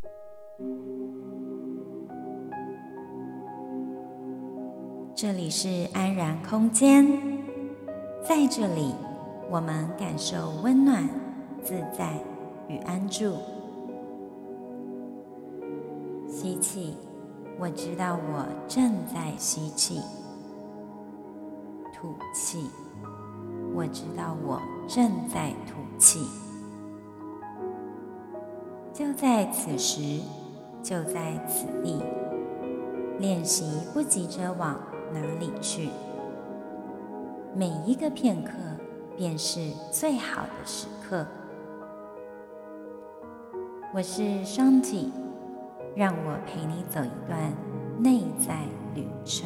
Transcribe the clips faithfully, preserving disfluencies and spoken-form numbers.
这里是安然空间，在这里我们感受温暖、自在与安住。吸气，我知道我正在吸气；吐气，我知道我正在吐气。就在此时，就在此地，练习不急着往哪里去，每一个片刻便是最好的时刻。我是双体，让我陪你走一段内在旅程。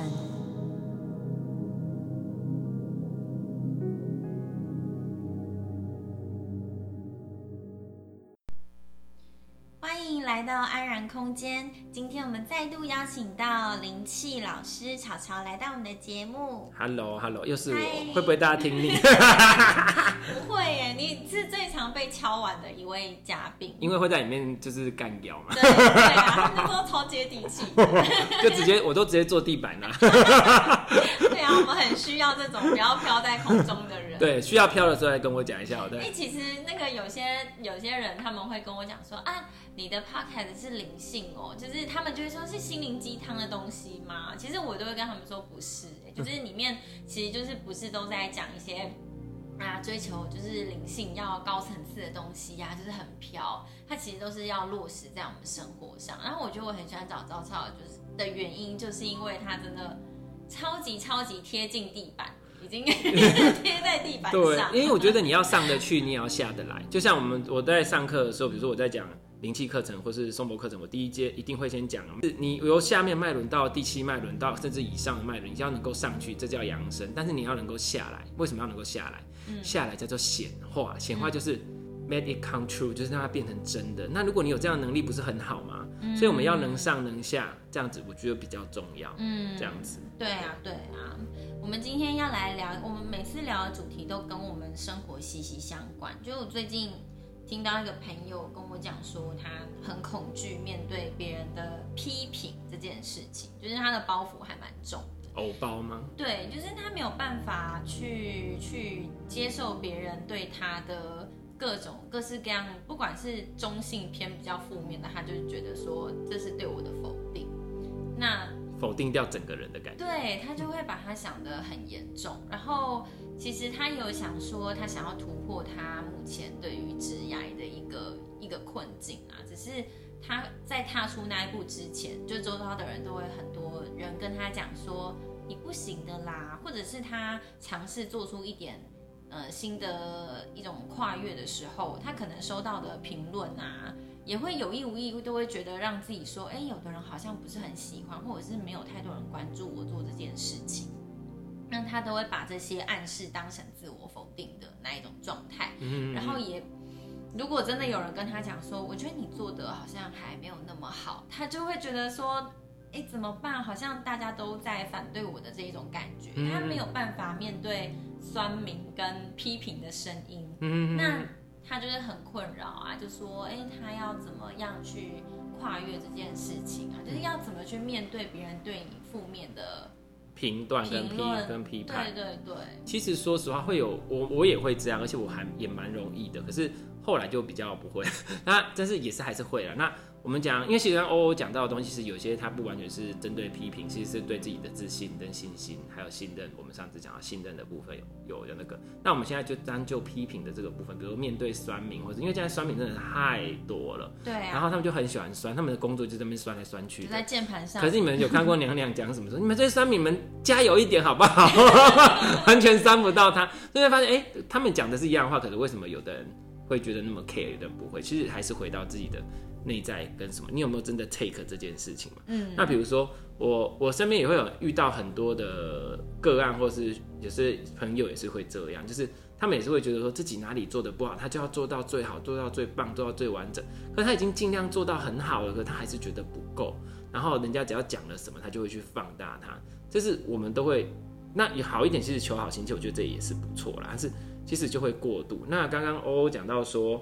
欢迎来到安然空间，今天我们再度邀请到灵气老师巧巧来到我们的节目。 Hello Hello， 又是我，会不会大家听腻？ 不会耶，你是最常被敲碗的一位嘉宾， 因为会在里面就是干掉嘛。 对对啊，他们都超接地气就直接我都直接坐地板啦。 对啊，我们很需要这种不要飘在空中的人。 对，需要飘的时候来跟我讲一下。对， 哎、欸，其实那个有些有些人他们会跟我讲说啊，你的 podcast 是灵性哦，就是他们就会说是心灵鸡汤的东西吗？其实我都会跟他们说不是、欸，就是里面其实就是不是都在讲一些啊追求就是灵性要高层次的东西呀、啊，就是很飘，它其实都是要落实在我们生活上。然后我觉得我很喜欢找招超就是的原因，就是因为它真的超级超级贴近地板。已经贴在地板上。 对，因为我觉得你要上得去，你也要下得来。就像我们我在上课的时候，比如说我在讲灵气课程或是松柏课程，我第一阶一定会先讲，你由下面脉轮到第七脉轮到甚至以上的脉轮，你要能够上去，这叫扬升。但是你要能够下来，为什么要能够下来？嗯、下来叫做显化，显化就是 make it come true， 就是让它变成真的。那如果你有这样的能力，不是很好吗？嗯、所以我们要能上能下，这样子我觉得比较重要。嗯，这样子。 对啊，对啊。我们今天要来聊，我们每次聊的主题都跟我们生活息息相关。就我最近听到一个朋友跟我讲说，他很恐惧面对别人的批评这件事情，就是他的包袱还蛮重的。 偶包吗？ 对，就是他没有办法去去接受别人对他的各种各式各样，不管是中性偏比较负面的，他就觉得说这是对我的否定。那否定掉整个人的感觉， 对，他就会把他想得很严重。然后其实他有想说，他想要突破他目前对于职涯的一个一个困境啊。只是他在踏出那一步之前，就周遭的人都会很多人跟他讲说你不行的啦，或者是他尝试做出一点呃新的一种跨越的时候，他可能收到的评论啊。也会有意无意都会觉得让自己说，哎，有的人好像不是很喜欢，或者是没有太多人关注我做这件事情，那他都会把这些暗示当成自我否定的那一种状态。嗯嗯嗯，然后也，如果真的有人跟他讲说，我觉得你做的好像还没有那么好，他就会觉得说，哎，怎么办？好像大家都在反对我的这一种感觉，嗯嗯，他没有办法面对酸民跟批评的声音。嗯嗯嗯，那他就是很困扰啊，就说，哎，他要怎么样去跨越这件事情啊？就是要怎么去面对别人对你负面的评断跟批跟批判。 对对对。 其实说实话，会有我我也会这样，而且我还也蛮容易的。可是后来就比较不会，那但是也是还是会了。那我们讲，因为其实刚欧欧讲到的东西，其实有些它不完全是针对批评，其实是对自己的自信跟信心，还有信任。我们上次讲到信任的部分有有那个，那我们现在就单就批评的这个部分，比如面对酸民，或者因为现在酸民真的太多了， 对啊， 然后他们就很喜欢酸，他们的工作就在那边酸来酸去的， 就在键盘上。 可是你们有看过娘娘讲什么说？你们这些酸民们加油一点好不好？完全酸不到他，所以会发现，哎、欸，他们讲的是一样的话，可是为什么有的人会觉得那么 care， 有的人不会？其实还是回到自己的内在跟什么，你有没有真的 take 这件事情嘛？嗯，那比如说我我身边也会有遇到很多的个案，或是有些朋友也是会这样，就是他们也是会觉得说自己哪里做的不好，他就要做到最好，做到最棒，做到最完整。可是他已经尽量做到很好了，可是他还是觉得不够。然后人家只要讲了什么，他就会去放大它。这是我们都会，那也好一点，其实求好心切，我觉得这也是不错啦。但是其实就会过度。那刚刚欧欧讲到说，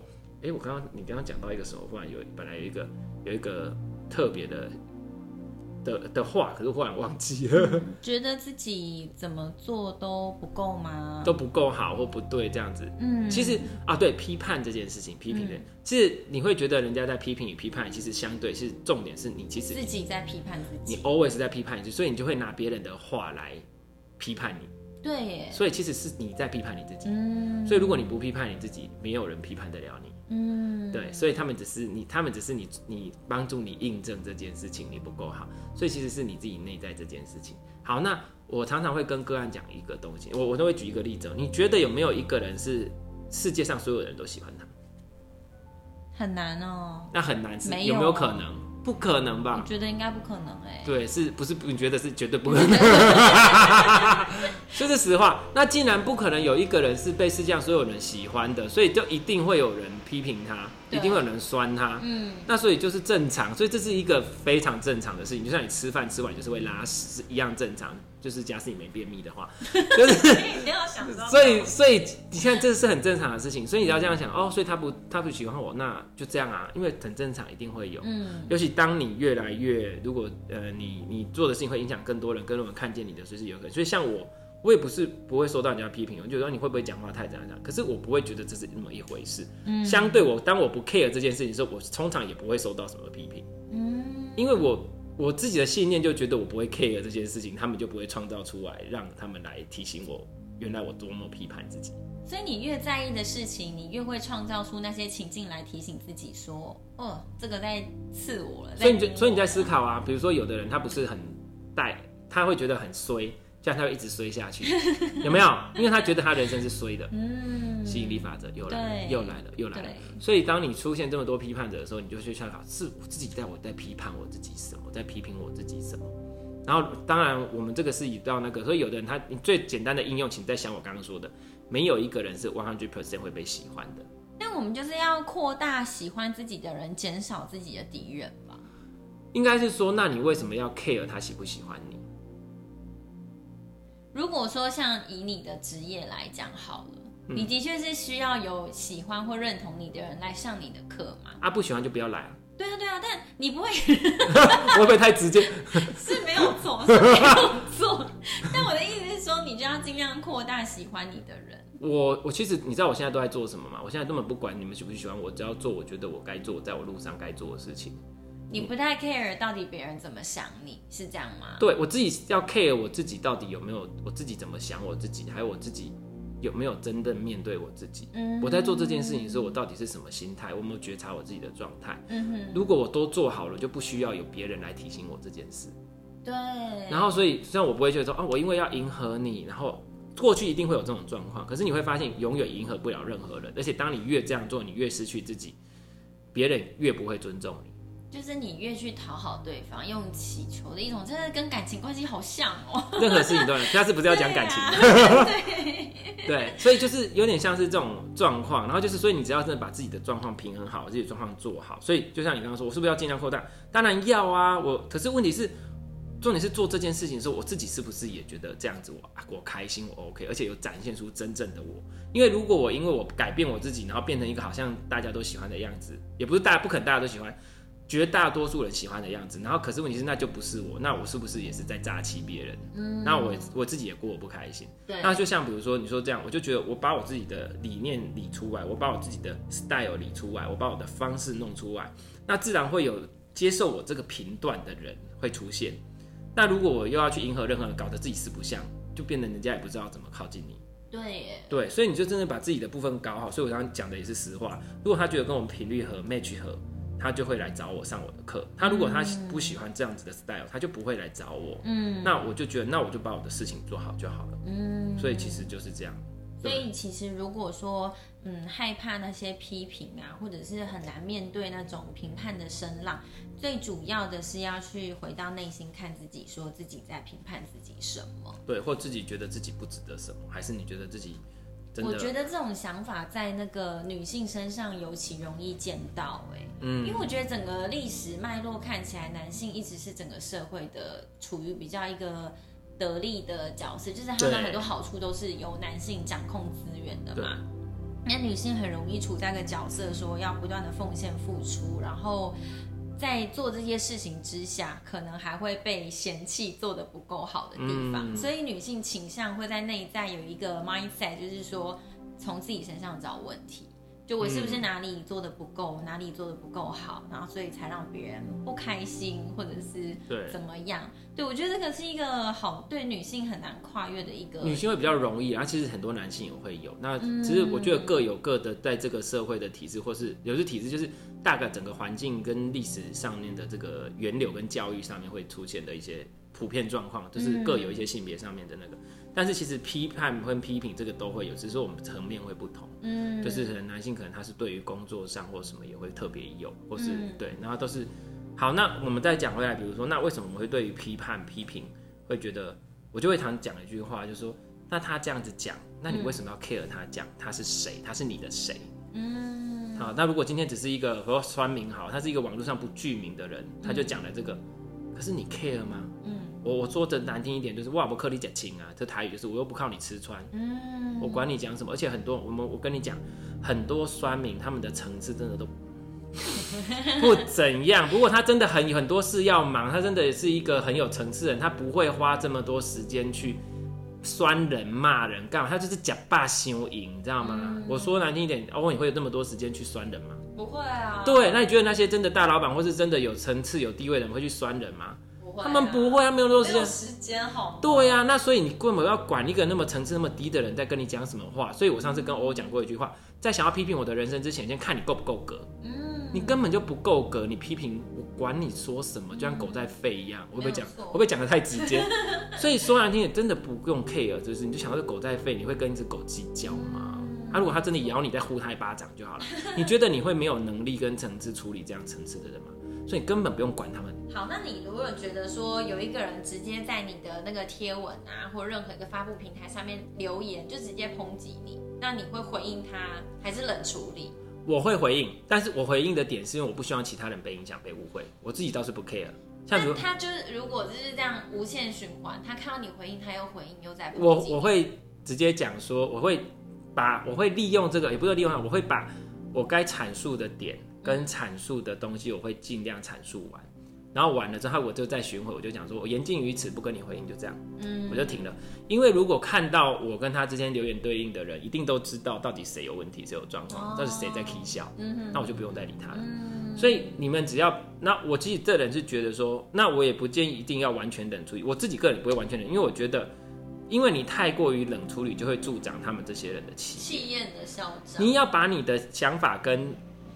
哎，我刚刚你刚刚讲到一个什么？忽然有本来有一个有一个特别的的的话，可是忽然忘记了。 觉得自己怎么做都不够吗？ 都不够好或不对这样子。嗯，其实啊，对批判这件事情，批评的，嗯、其实你会觉得人家在批评与批判，其实相对是重点是你其实自己在批判自己， 你 always 在批判自己，所以你就会拿别人的话来批判你。 对耶， 所以其实是你在批判你自己。嗯，所以如果你不批判你自己，没有人批判得了你。嗯，对，所以他们只是你，他们只是你，你帮助你印证这件事情你不够好，所以其实是你自己内在这件事情。好，那我常常会跟个案讲一个东西，我我都会举一个例子。你觉得有没有一个人是世界上所有人都喜欢他？ 很难哦。 那很难是没有， 有没有可能？不可能吧？ 我觉得应该不可能哎、欸。 对，是不是？你觉得是绝对不可能？这是实话。那既然不可能有一个人是被世界上所有人喜欢的，所以就一定会有人批评他，一定会有人酸他。嗯，那所以就是正常，所以这是一个非常正常的事情。就像你吃饭吃完就是会拉屎是一样正常。就是假使你没便秘的话，就是一定要想到。 所以所以你看这是很正常的事情，所以你要这样想哦，所以他不他不喜欢我，那就这样啊，因为很正常，一定会有。嗯，尤其当你越来越，如果呃你你做的事情会影响更多人，更多人看见你的，所以是有可能。所以像我，我也不是不会受到人家批评，我就说你会不会讲话太这样这样，可是我不会觉得这是那么一回事。嗯，相对我当我不 care 这件事情的时候，我通常也不会受到什么批评。嗯，因为我。我自己的信念就觉得我不会 care 这件事情，他们就不会创造出来，让他们来提醒我，原来我多么批判自己。 所以你越在意的事情，你越会创造出那些情境来提醒自己说，哦，这个在刺我了。 所以你就所以你在思考啊，比如说有的人他不是很带，他会觉得很衰，这样他会一直衰下去，有没有？因为他觉得他人生是衰的。嗯，吸引力法则又来了，又来了，又来了。所以当你出现这么多批判者的时候，你就去思考，是我自己在我在批判我自己什么，我在批评我自己什么。然后当然我们这个是以到那个，所以有的人他你最简单的应用，请再想我刚刚说的，没有一个人是百分之百会被喜欢的。 那我们就是要扩大喜欢自己的人，减少自己的敌人吧？ 应该是说，那你为什么要 care 他喜不喜欢你？ 如果说像以你的职业来讲好了，嗯、你的确是需要有喜欢或认同你的人来上你的课嘛？ 啊，不喜欢就不要来啊。 对啊，对啊，但你不会， 我会不会太直接？ 是没有错，是没有错。但我的意思是说，你就要尽量扩大喜欢你的人。 我我其实你知道我现在都在做什么吗？我现在根本不管你们喜不喜欢我，只要做我觉得我该做，在我路上该做的事情。 你不太 care 到底别人怎么想你，是这样吗？ 对，我自己要 care 我自己到底有没有，我自己怎么想我自己，还有我自己有没有真正面对我自己。嗯，我在做这件事情的时候，我到底是什么心态？我有没有觉察我自己的状态？嗯哼，如果我都做好了，就不需要有别人来提醒我这件事。 对。 然后，所以虽然我不会觉得说啊，我因为要迎合你，然后过去一定会有这种状况，可是你会发现永远迎合不了任何人，而且当你越这样做，你越失去自己，别人越不会尊重你。 就是你越去讨好对方，用祈求的一种，真的跟感情关系好像哦。 任何事情都有，下次不是要讲感情。 对, 对，所以就是有点像是这种状况，然后就是所以你只要真的把自己的状况平衡好，自己的状况做好，所以就像你刚刚说，我是不是要尽量扩大？当然要啊，我可是问题是，重点是做这件事情的时候，我自己是不是也觉得这样子我我开心我 OK， 而且有展现出真正的我。因为如果我因为我改变我自己，然后变成一个好像大家都喜欢的样子，也不是大家不可能大家都喜欢。绝大多数人喜欢的样子，然后可是问题是那就不是我，那我是不是也是在诈欺别人？嗯，那我我自己也过我不开心。对，那就像比如说你说这样，我就觉得我把我自己的理念理出来，我把我自己的 style 理出来，我把我的方式弄出来，那自然会有接受我这个频段的人会出现。那如果我又要去迎合任何人，搞得自己四不像，就变得人家也不知道怎么靠近你。 对耶， 对，所以你就真的把自己的部分搞好。所以我刚刚讲的也是实话。如果他觉得跟我们频率合 match 合，他就会来找我上我的课。他如果他不喜欢这样子的 style， 他就不会来找我。嗯，那我就觉得，那我就把我的事情做好就好了。嗯，所以其实就是这样。 所以其实如果说，嗯，害怕那些批评啊，或者是很难面对那种评判的声浪，最主要的是要去回到内心看自己，说自己在评判自己什么。 对，或自己觉得自己不值得什么，还是你觉得自己。 我觉得这种想法在那个女性身上尤其容易见到、欸，嗯，因为我觉得整个历史脉络看起来，男性一直是整个社会的处于比较一个得力的角色，就是他们很多好处都是由男性掌控资源的嘛。 那女性很容易处在一个角色，说要不断的奉献付出，然后在做这些事情之下，可能还会被嫌弃做得不够好的地方，嗯、所以女性倾向会在内在有一个 mindset， 就是说从自己身上找问题。就我是不是哪里做的不够，嗯、哪里做的不够好，然后所以才让别人不开心，或者是怎么样？对，我觉得这个是一个好对女性很难跨越的一个。 女性会比较容易，然后其实很多男性也会有。那只是我觉得各有各的在这个社会的体制，或是有些体制就是大概整个环境跟历史上面的这个源流跟教育上面会出现的一些普遍状况，就是各有一些性别上面的那个。但是其实批判跟批评这个都会有，只是说我们层面会不同。嗯，就是可能男性可能他是对于工作上或什么也会特别有，或是、嗯、对，然后都是好。那我们再讲回来，比如说，那为什么我们会对于批判批评会觉得，我就会常讲一句话，就是说，那他这样子讲，那你为什么要 care 他讲他是谁？他是你的谁？嗯，好，那如果今天只是一个和酸民好，他是一个网络上不具名的人，他就讲了这个，可是你 care 吗？嗯。我我说的难听一点，就是哇，我克你讲情啊，这台语就是我又不靠你吃穿，嗯，我管你讲什么，而且很多我们我跟你讲，很多酸民他们的层次真的都不怎样。不过他真的很很多事要忙，他真的是一个很有层次的人，他不会花这么多时间去酸人骂人干嘛，他就是假霸修赢，你知道吗？嗯、我说难听一点，哦，你会有那么多时间去酸人吗？ 不会啊。 对，那你觉得那些真的大老板或是真的有层次有地位的人会去酸人吗？他们不会，他们没有那么多时间。 时间好。 对呀、啊，那所以你根本要管一个那么层次那么低的人在跟你讲什么话。所以我上次跟欧欧讲过一句话，在想要批评我的人生之前，先看你够不够格。嗯，你根本就不够格，你批评我管你说什么，就像狗在吠一样。我会不会讲？会不会讲得太直接？所以说难听点，真的不用 care， 就是你就想到狗在吠，你会跟一只狗计较吗？他、啊、如果他真的咬你，再呼他一巴掌就好了。你觉得你会没有能力跟层次处理这样层次的人吗？所以你根本不用管他们。 好，那你如果觉得说有一个人直接在你的那个贴文啊，或任何一个发布平台上面留言，就直接抨击你，那你会回应他，还是冷处理？ 我会回应，但是我回应的点是因为我不希望其他人被影响、被误会，我自己倒是不 care。像比如他就是如果就是这样无限循环，他看到你回应，他又回应，又在抨击你。 我我会直接讲说，我会把我会利用这个，也不是利用它，我会把我该阐述的点跟阐述的东西，我会尽量阐述完。然后完了之后，我就再巡回，我就讲说，我言尽于此，不跟你回应，就这样，嗯，我就停了。因为如果看到我跟他之间留言对应的人，一定都知道到底谁有问题，谁有状况，到底谁在 k 笑，嗯，那我就不用再理他了。嗯，所以你们只要，那我其实这人是觉得说，那我也不建议一定要完全冷处理，我自己个人不会完全冷，因为我觉得，因为你太过于冷处理，就会助长他们这些人的气气焰的嚣张。 你要把你的想法跟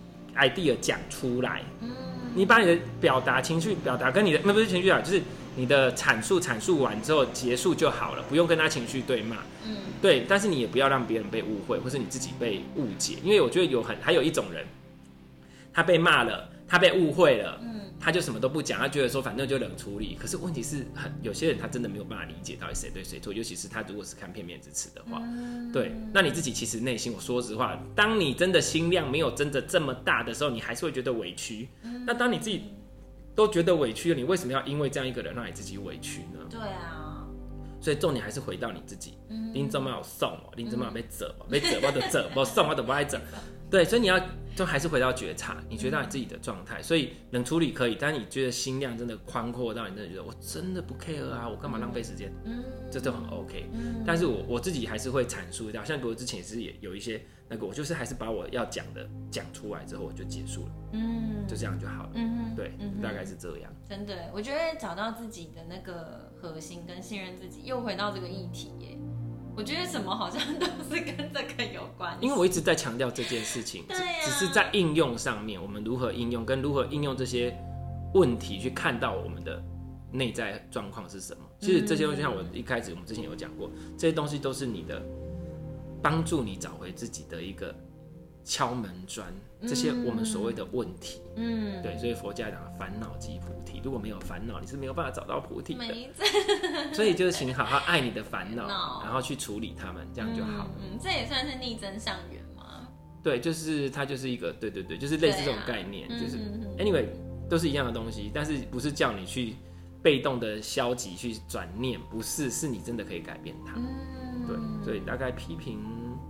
idea 讲出来，嗯。你把你的表达情绪表达跟你的那不是情绪啊，就是你的阐述阐述完之后结束就好了，不用跟他情绪对骂。嗯，对，但是你也不要让别人被误会，或是你自己被误解，因为我觉得有很还有一种人，他被骂了，他被误会了，嗯，他就什么都不讲，他觉得说反正就冷处理。可是问题是很有些人他真的没有办法理解到底谁对谁错，尤其是他如果是看片面之词的话，嗯，对，那你自己其实内心，我说实话，当你真的心量没有真的这么大的时候，你还是会觉得委屈。嗯，那当你自己都觉得委屈了，你为什么要因为这样一个人让你自己委屈呢？ 对啊， 所以重点还是回到你自己。嗯，你怎么有送哦？你怎么有被责哦？被责我就责，不送我就不爱责。对，所以你要就还是回到觉察，你觉得你自己的状态，所以冷处理可以，但是你觉得心量真的宽阔到你真的觉得我真的不 care 啊，我干嘛浪费时间？嗯，这就很 OK。嗯，但是我我自己还是会阐述掉，像比如之前也是也有一些那个，我就是还是把我要讲的讲出来之后，我就结束了。嗯，就这样就好了。嗯，对，嗯，大概是这样。 真的，我觉得找到自己的那个核心跟信任自己，又回到这个议题耶。我觉得什么好像都是跟这个有关系， 因为我一直在强调这件事情， 对啊， 只是在应用上面，我们如何应用，跟如何应用这些问题去看到我们的内在状况是什么。其实这些东西，像我一开始我们之前有讲过，这些东西都是你的帮助你找回自己的一个敲门砖，这些我们所谓的问题，嗯，对，所以佛家讲烦恼即菩提，如果没有烦恼，你是没有办法找到菩提的。所以就是请好好爱你的烦恼，然后去处理它们，这样就好了。 嗯，这也算是逆增上缘吗？ 对，就是它就是一个，对对对，就是类似这种概念，啊，就是 anyway 都是一样的东西，但是不是叫你去被动的消极去转念，不是，是你真的可以改变它。嗯，对，所以大概批评。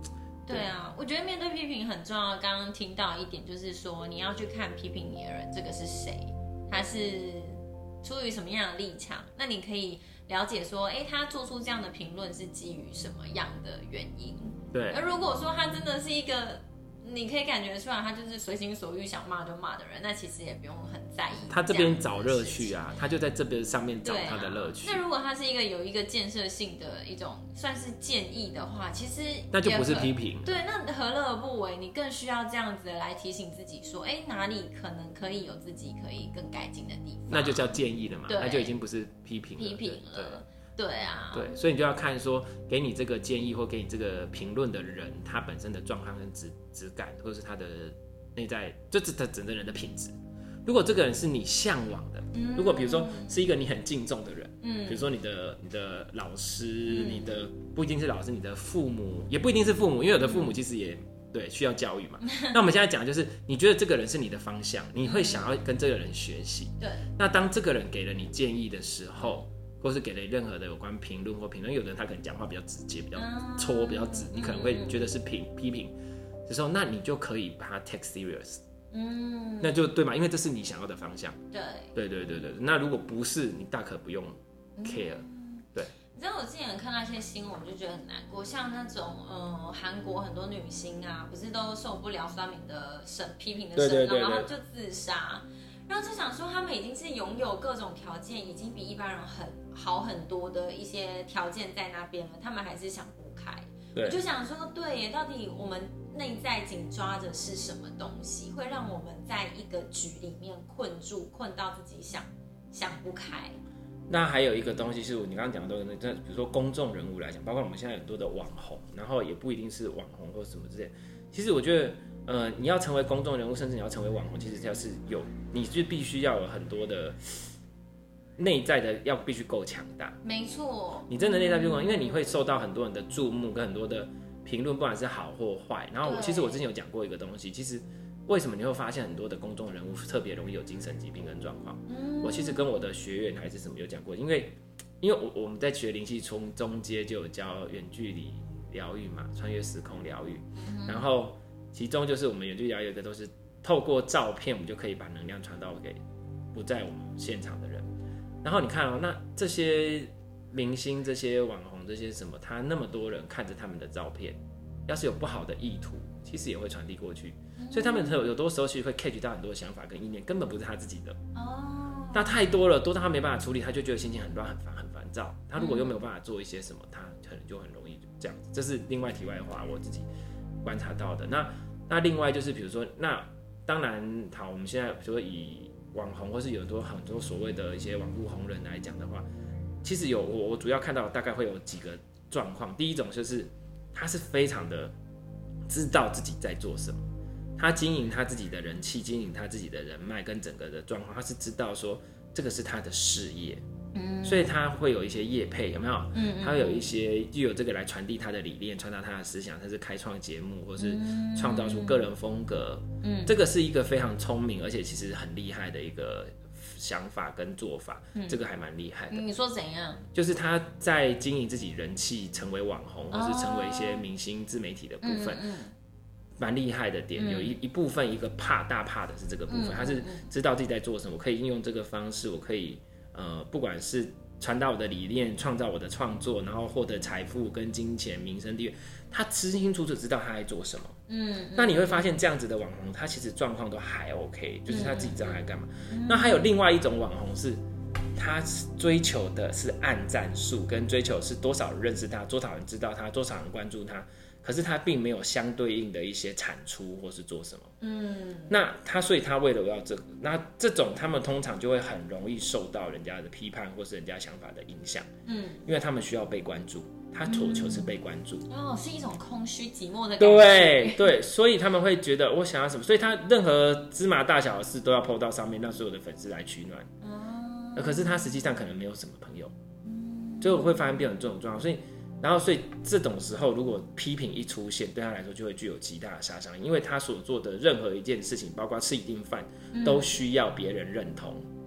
对啊，我觉得面对批评很重要。刚刚听到一点就是说，你要去看批评你的人这个是谁，他是出于什么样的立场，那你可以了解说，哎，他做出这样的评论是基于什么样的原因。 对。 而如果说他真的是一个你可以感觉出来他就是随心所欲想骂就骂的人，那其实也不用很在意。 他这边找乐趣啊，他就在这边上面找他的乐趣。 啊、那如果他是一个有一个建设性的一种算是建议的话，其实那就不是批评。 对，那何乐而不为？你更需要这样子的来提醒自己说，哎，哪里可能可以有自己可以更改进的地方， 那就叫建议了嘛，那就已经不是批评了。 批评了。对啊， 对，所以你就要看说，给你这个建议或给你这个评论的人，他本身的状况跟质质感，或者是他的内在，就是他整个人的品质。如果这个人是你向往的，嗯、如果比如说是一个你很敬重的人，嗯，比如说你的你的老师，嗯、你的不一定是老师，你的父母也不一定是父母，因为有的父母其实也对需要教育嘛。那我们现在讲就是，你觉得这个人是你的方向，你会想要跟这个人学习。对。那当这个人给了你建议的时候，或是给了任何的有关评论或评论，有的人他可能讲话比较直接，比较戳，比较直，你可能会觉得是评批评的时候，那你就可以把它 take serious， 嗯，那就对嘛，因为这是你想要的方向。对，对对对对。那如果不是，你大可不用 care，嗯、对。 你知道我之前看到一些新闻，我就觉得很难过，像那种呃韩国很多女星啊，不是都受不了酸民的声批评的声浪，然后就自杀。然后就想说，他们已经是拥有各种条件，已经比一般人很好很多的一些条件在那边了，他们还是想不开。我就想说，对耶，到底我们内在紧抓着是什么东西，会让我们在一个局里面困住，困到自己想想不开。 那还有一个东西是你刚刚讲的，比如说公众人物来讲，包括我们现在很多的网红，然后也不一定是网红或什么之类的。其实我觉得。呃，你要成为公众人物，甚至你要成为网红，其实要是有，你就必须要有很多的内在的，要必须够强大。 没错， 你真的内在必须够强大，因为你会受到很多人的注目跟很多的评论，不管是好或坏。然后我，其实我之前有讲过一个东西，其实为什么你会发现很多的公众人物特别容易有精神疾病跟状况？嗯，我其实跟我的学员还是什么有讲过，因为因为我我们在学灵气从中阶就有教远距离疗愈嘛，穿越时空疗愈，嗯、然后。其中就是我们远距离疗愈有一个都是透过照片，我们就可以把能量传到给不在我们现场的人。然后你看哦，那这些明星、这些网红、这些什么，他那么多人看着他们的照片，要是有不好的意图，其实也会传递过去。所以他们有有多时候其实会 catch 到很多想法跟意念，根本不是他自己的。哦。那太多了，多到他没办法处理，他就觉得心情很乱、很烦、很烦躁。他如果又没有办法做一些什么，他可能就很容易这样子。这是另外题外话，我自己。观察到的那那另外就是比如说那当然好，我们现在比如说以网红或是有很多很多所谓的一些网络红人来讲的话，其实有我我主要看到大概会有几个状况。第一种就是他是非常的知道自己在做什么，他经营他自己的人气，经营他自己的人脉跟整个的状况，他是知道说这个是他的事业。嗯，所以他会有一些业配，有没有？嗯, 嗯，他会有一些就有这个来传递他的理念，传达他的思想，他是开创节目，或是创造出个人风格。嗯，这个是一个非常聪明，而且其实很厉害的一个想法跟做法。嗯，这个还蛮厉害的。 你说怎样？ 就是他在经营自己人气，成为网红，或是成为一些明星、自媒体的部分。嗯。蛮厉害的点，有一一部分一个怕大怕的是这个部分，他是知道自己在做什么，我可以应用这个方式，我可以。呃，不管是传达我的理念，创造我的创作，然后获得财富跟金钱、名声、地位，他清清楚楚知道他在做什么。嗯，那你会发现这样子的网红，他其实状况都还 OK， 就是他自己知道他在干嘛。嗯、那还有另外一种网红是，他追求的是按赞数，跟追求是多少人认识他，多少人知道他，多少人关注他。可是他并没有相对应的一些产出或是做什么，嗯，那他所以他为了要这个，那这种他们通常就会很容易受到人家的批判或是人家想法的影响，嗯，因为他们需要被关注，他所求是被关注， 哦，是一种空虚寂寞的感觉， 对对，所以他们会觉得我想要什么，所以他任何芝麻大小的事都要 po 到上面，让所有的粉丝来取暖，哦，可是他实际上可能没有什么朋友，嗯，就会发生变成这种状况，所以。然后，所以这种时候，如果批评一出现，对他来说就会具有极大的杀伤力，因为他所做的任何一件事情，包括吃一顿饭，都需要别人认同，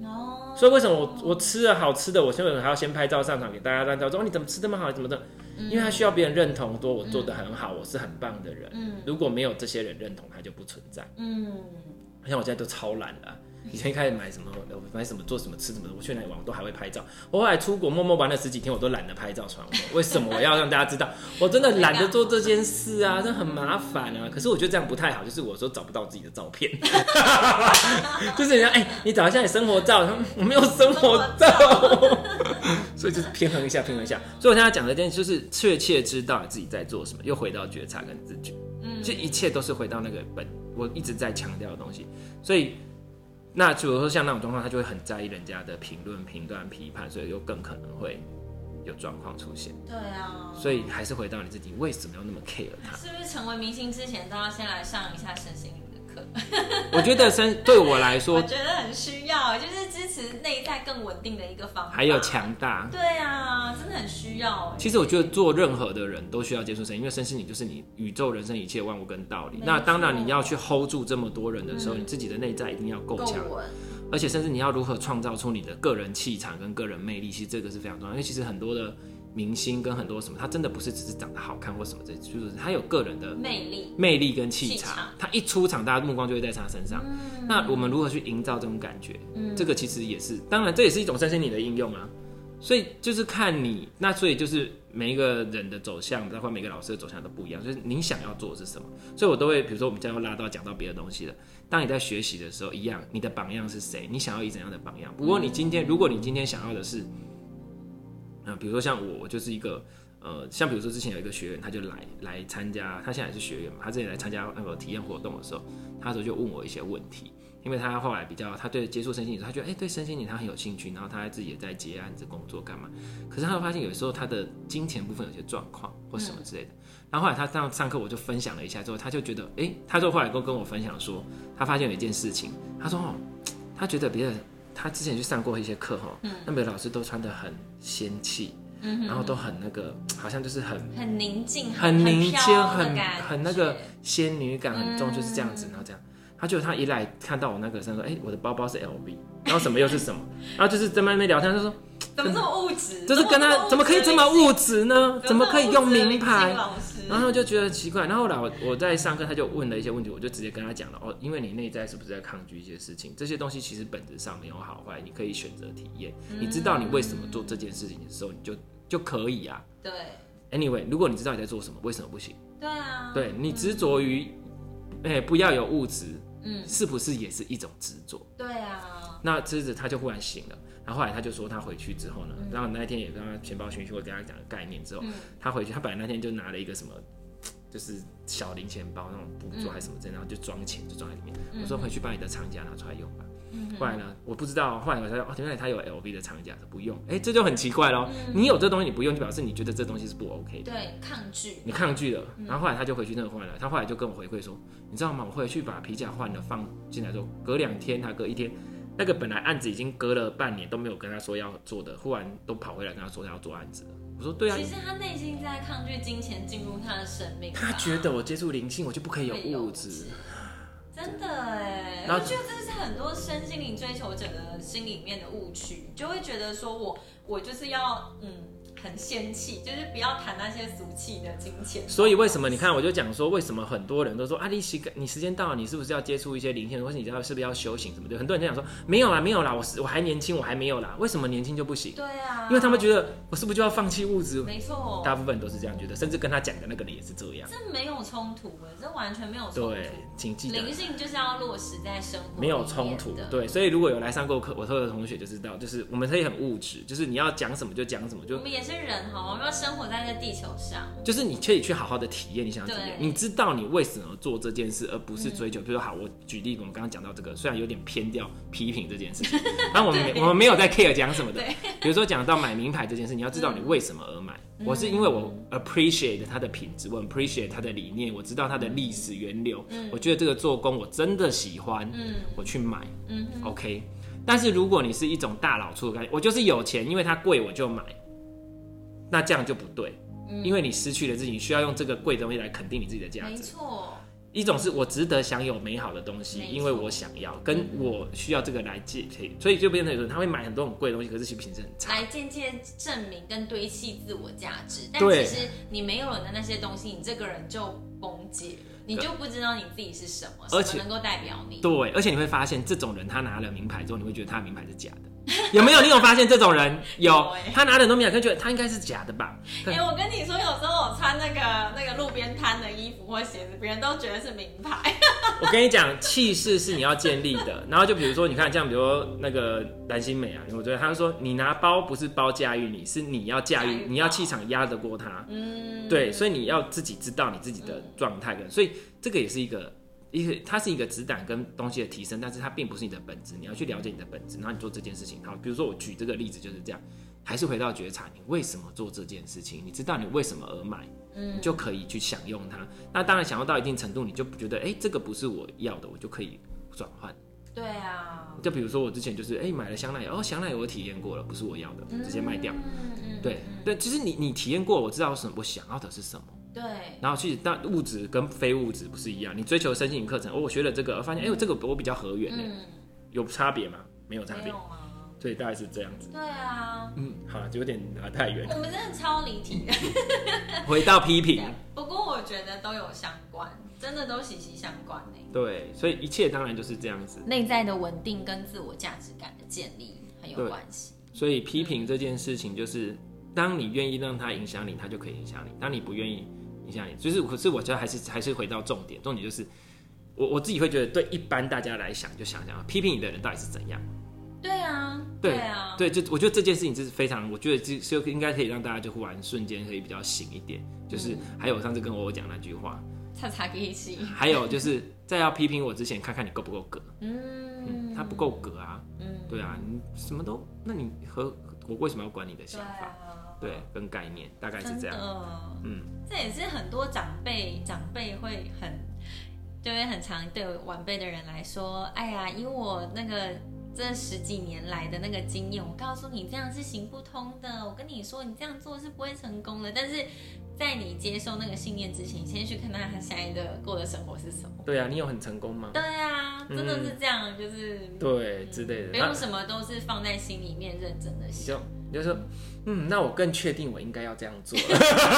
哦， 所以为什么我我吃了好吃的，我现在还要先拍照上传给大家，让大家说哦你怎么吃这么好，你怎么的？嗯、因为他需要别人认同，说我做的很好，嗯、我是很棒的人。嗯，如果没有这些人认同，他就不存在。嗯，像我现在都超懒了、啊。以前一开始买什么买什么做什么吃什么的，我去哪里玩我都还会拍照。我后来出国默默玩了十几天，我都懒得拍照传我。为什么我要让大家知道？我真的懒得做这件事啊，这很麻烦啊。可是我觉得这样不太好，就是我说找不到自己的照片，就是人家哎、欸，你找一下你生活照，我没有生活照，所以就是平衡一下，平衡一下。所以我现在讲的这件事就是确切知道你自己在做什么，又回到觉察跟自觉，嗯，就一切都是回到那个本我一直在强调的东西，所以。那比如说像那种状况，他就会很在意人家的评论、评断、批判，所以又更可能会有状况出现。 对啊， 所以还是回到你自己，为什么要那么 care 他？ 是不是成为明星之前都要先来上一下身心灵的课？ 我觉得身对我来说， 我觉得很需要，就是支持内在更稳定的一个方法， 还有强大。 对啊，真的很需要。 其实我觉得做任何的人都需要接触身心，因为身心灵就是你宇宙、人生一切万物跟道理。那当然你要去 hold 住这么多人的时候，嗯、你自己的内在一定要够强。而且甚至你要如何创造出你的个人气场跟个人魅力，其实这个是非常重要。因为其实很多的明星跟很多什么，他真的不是只是长得好看或什么，就是他有个人的魅力、 魅力跟气场。他一出场，大家目光就会在他身上。嗯、那我们如何去营造这种感觉？嗯、这个其实也是，当然这也是一种身心灵的应用啊。所以就是看你，那所以就是每一个人的走向，包括每个老师的走向都不一样，就是你想要做的是什么。所以我都会，比如说我们将要拉到讲到别的东西了。当你在学习的时候，一样，你的榜样是谁？你想要以怎样的榜样？不过你今天，如果你今天想要的是，呃，比如说像我，我就是一个，呃，像比如说之前有一个学员，他就来来参加，他现在也是学员嘛，他之前来参加那个体验活动的时候，他那时候就问我一些问题。因为他后来比较，他对接触身心灵，他觉得哎、欸，对身心灵他很有兴趣，然后他自己也在接案子工作干嘛。可是他会发现有时候他的金钱部分有些状况或什么之类的。嗯、然后后来他上上课我就分享了一下之后，他就觉得哎、欸，他就后来跟跟我分享说，他发现有一件事情，他说哦，他觉得别的他之前去上过一些课哈，嗯、那别的老师都穿得很仙气。嗯、然后都很那个，好像就是很很宁静、 很宁静、很很很那个仙女感很重，嗯、就是这样子，然后这样。他就他一来看到我那个身说，哎、欸，我的包包是 L V， 然后什么又是什么，然后就是在那边聊天，他说怎么这么物质， 就是跟他怎么可以这么物质呢？怎么可以用名牌？然后就觉得奇怪。然后后来我我在上课，他就问了一些问题，我就直接跟他讲了，哦，因为你内在是不是在抗拒一些事情？这些东西其实本质上没有好坏，你可以选择体验。嗯、你知道你为什么做这件事情的时候，你就就可以啊。 对。 Anyway， 如果你知道你在做什么，为什么不行？ 对啊。 对你执着于，哎、欸，不要有物质。嗯，是不是也是一种执着？ 对啊。那之子他就忽然醒了，然后后来他就说他回去之后呢，嗯、然后那一天也跟他钱包寻去，我跟他讲的概念之后，嗯、他回去，他本来那天就拿了一个什么，就是小零钱包那种补助还是什么之类，然后就装钱就装在里面。嗯、我说回去把你的长夹拿出来用吧。嗯、后来呢，我不知道，后来我才哦，原来他有 L V 的长夹，不用，哎、欸，这就很奇怪咯。嗯、你有这东西你不用，就表示你觉得这东西是不 OK 的。 对，抗拒。你抗拒了，然后后来他就回去那个换了，他后来就跟我回馈说，你知道吗？我回去把皮夹换了放进来之后，隔两天他隔一天，那个本来案子已经隔了半年都没有跟他说要做的，忽然都跑回来跟他说他要做案子了。我说对啊， 其实他内心在抗拒金钱进入他的生命。 他觉得我接触灵性，我就不可以有物质。 真的哎，我觉得这是很多身心灵追求者的心里面的误区，就会觉得说我我就是要嗯很仙气，就是不要谈那些俗气的金钱。 所以为什么你看，我就讲说，为什么很多人都说啊，你时你时间到了，你是不是要接触一些灵性，或是你知道是不是要修行什么的？很多人就讲说没有啦，没有啦，我我还年轻，我还没有啦。为什么年轻就不行？ 对啊， 因为他们觉得我是不是就要放弃物质？ 没错， 大部分都是这样觉得，甚至跟他讲的那个人也是这样。 这没有冲突哎，这完全没有冲突。 对，请记得， 灵性就是要落实在生活里面的， 没有冲突。对，所以如果有来上过课我课的同学就知道，就是我们可以很物质，就是你要讲什么就讲什么，就我们也是人哈，我们要生活在这地球上， 就是你可以去好好的体验你想要体验，你知道你为什么做这件事，而不是追求。嗯、比如说，好，我举例，我们刚刚讲到这个，虽然有点偏掉批评这件事情，但我们我们没有在 care 讲什么的。比如说讲到买名牌这件事，你要知道你为什么而买。嗯、我是因为我 appreciate 它的品质，我 appreciate 它的理念，我知道它的历史源流，嗯、我觉得这个做工我真的喜欢，嗯、我去买，嗯、OK。但是如果你是一种大老粗的概念，我就是有钱，因为它贵我就买。那这样就不对，嗯、因为你失去了自己，你需要用这个贵的东西来肯定你自己的价值。 没错， 一种是我值得享有美好的东西，因为我想要，跟我需要这个来借，所以就变成有人他会买很多很贵的东西，可是其实品质很差， 来渐渐证明跟堆砌自我价值。但对其实你没有了的那些东西，你这个人就崩解了，你就不知道你自己是什么，什么能够代表你。 对，而且你会发现，这种人他拿了名牌之后，你会觉得他的名牌是假的。有没有？你有发现这种人？有，有欸、他拿了很多名牌，可觉得他应该是假的吧？ 哎、欸，我跟你说，有时候我穿那个那个路边摊的衣服或鞋子，别人都觉得是名牌。 我跟你讲，气势是你要建立的。然后就比如说，你看，像比如说那个蓝心湄啊，我觉得他说，你拿包不是包驾驭你，是你要驾驭，你要气场压得过他。嗯，对，所以你要自己知道你自己的状态跟，所以这个也是一个。一个，它是一个质感跟东西的提升，但是它并不是你的本质。你要去了解你的本质，然后你做这件事情。好，比如说我举这个例子就是这样，还是回到觉察，你为什么做这件事情？你知道你为什么而买，嗯，你就可以去享用它。那当然，享用到一定程度，你就不觉得，哎、欸，这个不是我要的，我就可以转换。 对啊。 就比如说我之前就是，哎、欸，买了香奈儿，哦，香奈儿我体验过了，不是我要的，直接卖掉。嗯嗯。对对，其实你你体验过，我知道什么，我想要的是什么。 对， 然后其实但物质跟非物质不是一样，你追求身心灵课程，哦，我学了这个，我发现哎，这个我比较合缘呢，嗯，有差别吗？没有差别，所以大概是这样子。 对啊， 嗯，好了，就有点拿太远。 我们真的超离题的。 回到批评， 不过我觉得都有相关，真的都息息相关呢。 对，所以一切当然就是这样子。 内在的稳定跟自我价值感的建立很有关系。 所以批评这件事情，就是当你愿意让它影响你，它就可以影响你；当你不愿意。影响你，就是可是我觉得还是还是回到重点，重点就是我我自己会觉得，对一般大家来想，就想想批评你的人到底是怎样。 对啊， 对, 对啊， 对，就我觉得这件事情是非常，我觉得就应该可以让大家就忽然瞬间可以比较醒一点。就是还有上次跟我讲那句话， 擦擦给起。 还有就是在要批评我之前，看看你够不够格。嗯, 嗯，他不够格啊。嗯，对啊，你什么都，那你和我为什么要管你的想法？对，跟概念大概是这样。嗯， 这也是很多长辈长辈会很，就会很常对晚辈的人来说，哎呀，以我那个这十几年来的那个经验，我告诉你这样是行不通的。我跟你说，你这样做是不会成功的。但是在你接受那个信念之前，你先去看看他现在的过的生活是什么。 对啊，你有很成功吗？ 对啊，真的是这样，嗯、就是对之类的， 不用什么都是放在心里面认真的想。 你就说，嗯，那我更确定我应该要这样做了，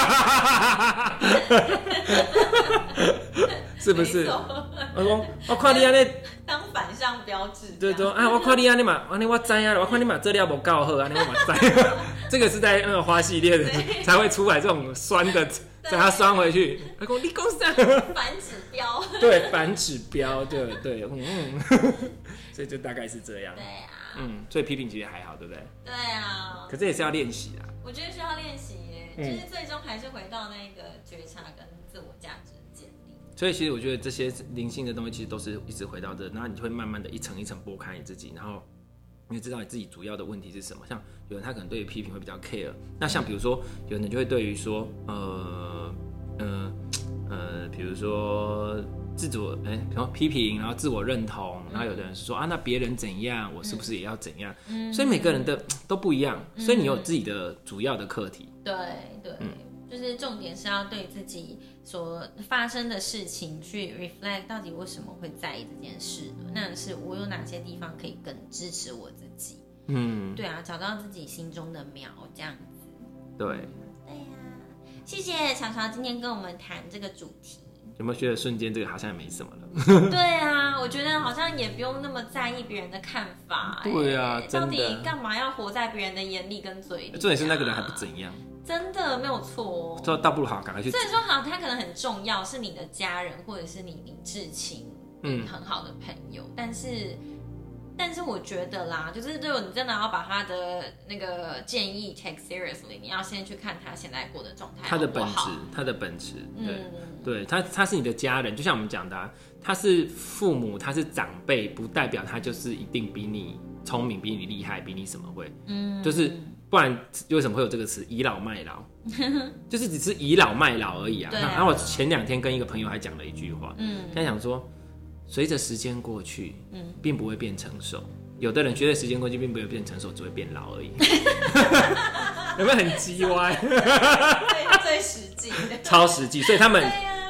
是不是？我讲，我看你安尼当反向标志。 对对啊，我看你安尼嘛，安尼我知啊，我看你嘛这料不够好，安尼我嘛知。这个是在那个花系列的才会出来这种酸的，让它酸回去。他讲你讲啥？ 反指标。 对，反指标，对对，嗯，所以就大概是这样。 对啊。 嗯，所以批评其实还好，对不对？ 对啊。 可是也是要练习啦。 我觉得需要练习耶，嗯、就是最终还是回到那个觉察跟自我价值的建立。 所以其实我觉得这些灵性的东西，其实都是一直回到这，然后你会慢慢的一层一层剥开你自己，然后你会知道你自己主要的问题是什么。像有人他可能对于批评会比较 care， 那像比如说有人就会对于说，呃呃呃，比如说。自我哎，然后批评，然后自我认同，然后有的人说啊，那别人怎样，我是不是也要怎样？嗯，所以每个人的都不一样，所以你有自己的主要的课题。 对对，嗯、就是重点是要对自己所发生的事情去 reflect， 到底为什么会在意这件事？那是我有哪些地方可以更支持我自己？嗯，对啊，找到自己心中的苗，这样子。 对。 对呀、啊，谢谢乔乔今天跟我们谈这个主题。 有没有觉得瞬间这个好像也没什么了？ 对啊，我觉得好像也不用那么在意别人的看法、欸。 对啊，真的。 到底干嘛要活在别人的眼里跟嘴里、啊？ 重点是那个人还不怎样。 真的没有错、哦。 倒不如好赶快去。 所以说好，他可能很重要，是你的家人或者是你你至亲，嗯，很好的朋友，但是。但是我觉得啦，就是如果你真的要把他的那个建议 take seriously， 你要先去看他现在过的状态， 他的本质，他的本质，对、嗯、对，他他是你的家人，就像我们讲的、啊，他是父母，他是长辈，不代表他就是一定比你聪明、比你厉害、比你什么会，嗯，就是不然为什么会有这个词倚老卖老？就是只是倚老卖老而已啊。然后我前两天跟一个朋友还讲了一句话，嗯，他讲说。随着时间过去，嗯，并不会变成熟。有的人觉得时间过去并不会变成熟，只会变老而已。有没有很鸡歪？ 最最实际的， 超实际。所以他们，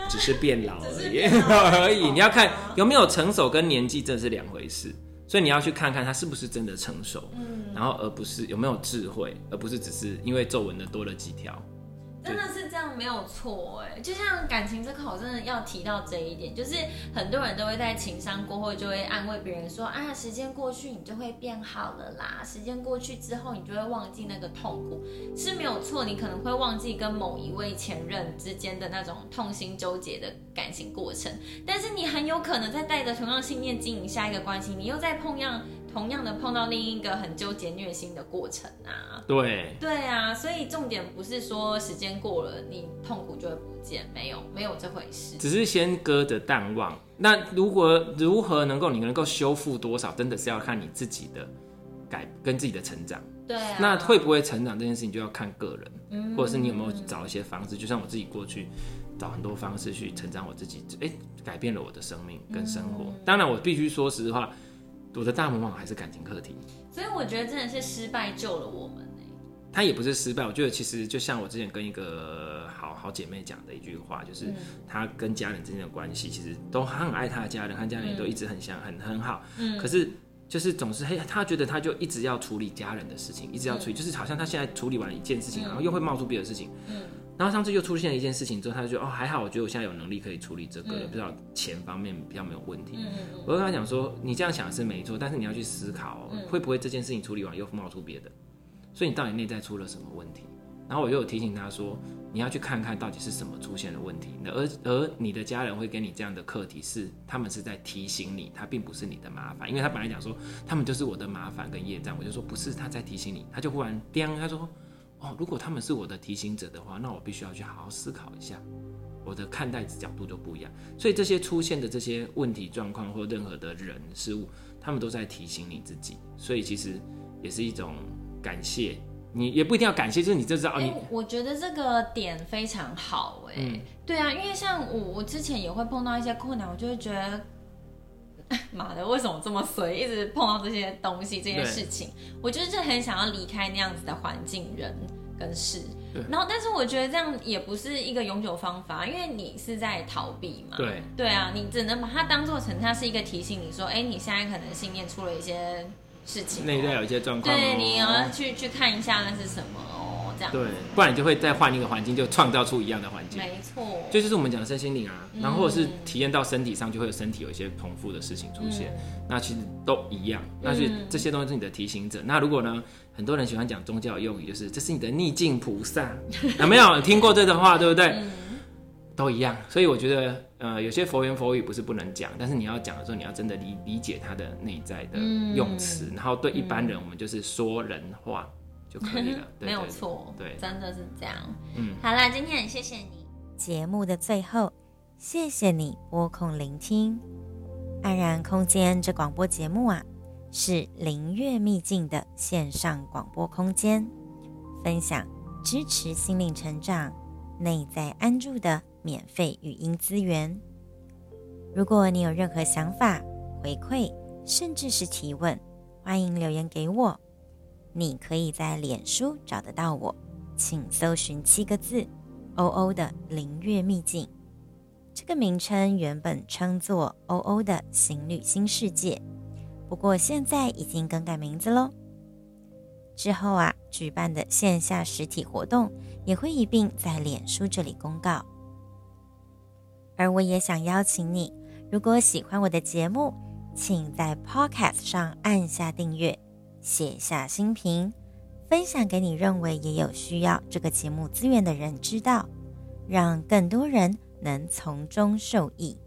只是变老而已而已。你要看有没有成熟跟年纪真的是两回事，所以你要去看看他是不是真的成熟，嗯、然后而不是有没有智慧，而不是只是因为皱纹的多了几条。 真的是这样没有错哎，就像感情这个，我真的要提到这一点，就是很多人都会在情伤过后就会安慰别人说啊，时间过去你就会变好了啦，时间过去之后你就会忘记那个痛苦，是没有错，你可能会忘记跟某一位前任之间的那种痛心纠结的感情过程，但是你很有可能在带着同样信念经营下一个关系，你又在碰样同样的碰到另一个很纠结虐心的过程啊。 对对啊，所以重点不是说时间过了你痛苦就会不见，没有没有这回事， 只是先搁着淡忘。那如果如何能够你能够修复多少，真的是要看你自己的改跟自己的成长。 对啊， 那会不会成长这件事情就要看个人， 嗯、 或者是你有没有找一些方式，就像我自己过去找很多方式去成长我自己，哎，改变了我的生命跟生活。嗯、当然我必须说实话，我的大魔王还是感情课题， 所以我觉得真的是失败救了我们。 他也不是失败，我觉得其实就像我之前跟一个好好姐妹讲的一句话，就是她跟家人之间的关系，其实都很爱她的家人，和家人也都一直很相很很好，嗯，可是就是总是嘿，她觉得她就一直要处理家人的事情，一直要处理，嗯、就是好像她现在处理完了一件事情，嗯、然后又会冒出别的事情，嗯，然后上次又出现了一件事情之后，她就觉得哦还好，我觉得我现在有能力可以处理这个了，嗯、不知道钱方面比较没有问题，嗯嗯、我就跟她讲说，你这样想是没错，但是你要去思考，哦嗯、会不会这件事情处理完又冒出别的。所以你到底内在出了什么问题？然后我又有提醒他说，你要去看看到底是什么出现了问题。而而你的家人会给你这样的课题是，他们是在提醒你，他并不是你的麻烦。因为他本来讲说，他们就是我的麻烦跟业障，我就说不是，他在提醒你。他就忽然叮，他说，哦，如果他们是我的提醒者的话，那我必须要去好好思考一下，我的看待角度就不一样。所以这些出现的这些问题状况或任何的人事物，他们都在提醒你自己。所以其实也是一种。感谢你也不一定要感谢，就是你就知道、欸、你我觉得这个点非常好哎、欸嗯，对啊，因为像我我之前也会碰到一些困难，我就会觉得，妈的，为什么这么衰，一直碰到这些东西这些事情，我就是很想要离开那样子的环境人跟事，然后但是我觉得这样也不是一个永久方法，因为你是在逃避嘛， 对对啊，你只能把它当做成它是一个提醒你说，哎、欸，你现在可能信念出了一些。事情内在有一些状况、哦， 对，你要去去看一下那是什么哦，这样对，不然你就会再换一个环境，就创造出一样的环境。 没错， 就就是我们讲的身心灵啊，嗯、然后或者是体验到身体上，就会有身体有一些重复的事情出现，嗯、那其实都一样。那所以这些东西是你的提醒者。嗯、那如果呢，很多人喜欢讲宗教用语，就是这是你的逆境菩萨，有没有听过这个话？对不对？嗯都一样，所以我觉得，呃，有些佛言佛语不是不能讲，但是你要讲的时候，你要真的理理解它的内在的用词，嗯、然后对一般人，我们就是说人话就可以了，嗯、对对对， 没有错， 对， 真的是这样。 嗯， 好啦，今天很谢谢你。 节目的最后，谢谢你拨空聆听安然空间这广播节目啊，是灵悦秘境的线上广播空间，分享支持心灵成长、内在安住的免费语音资源。如果你有任何想法、回馈，甚至是提问，欢迎留言给我。你可以在脸书找得到我，请搜寻七个字欧欧的灵悦秘境。这个名称原本称作欧欧的行旅新世界，不过现在已经更改名字咯。之后啊，举办的线下实体活动也会一并在脸书这里公告。而我也想邀请你，如果喜欢我的节目，请在 Podcast 上按下订阅，写下心评，分享给你认为也有需要这个节目资源的人知道，让更多人能从中受益。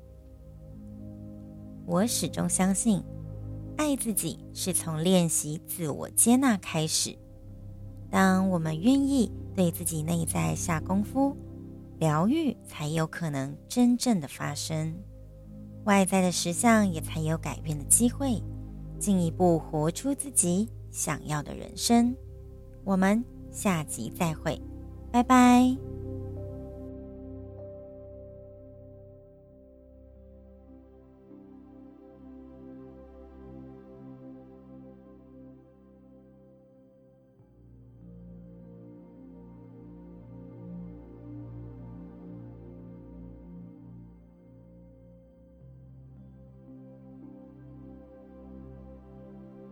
我始终相信，爱自己是从练习自我接纳开始。当我们愿意对自己内在下功夫，疗愈才有可能真正的发生，外在的实相也才有改变的机会，进一步活出自己想要的人生。我们下集再会，拜拜。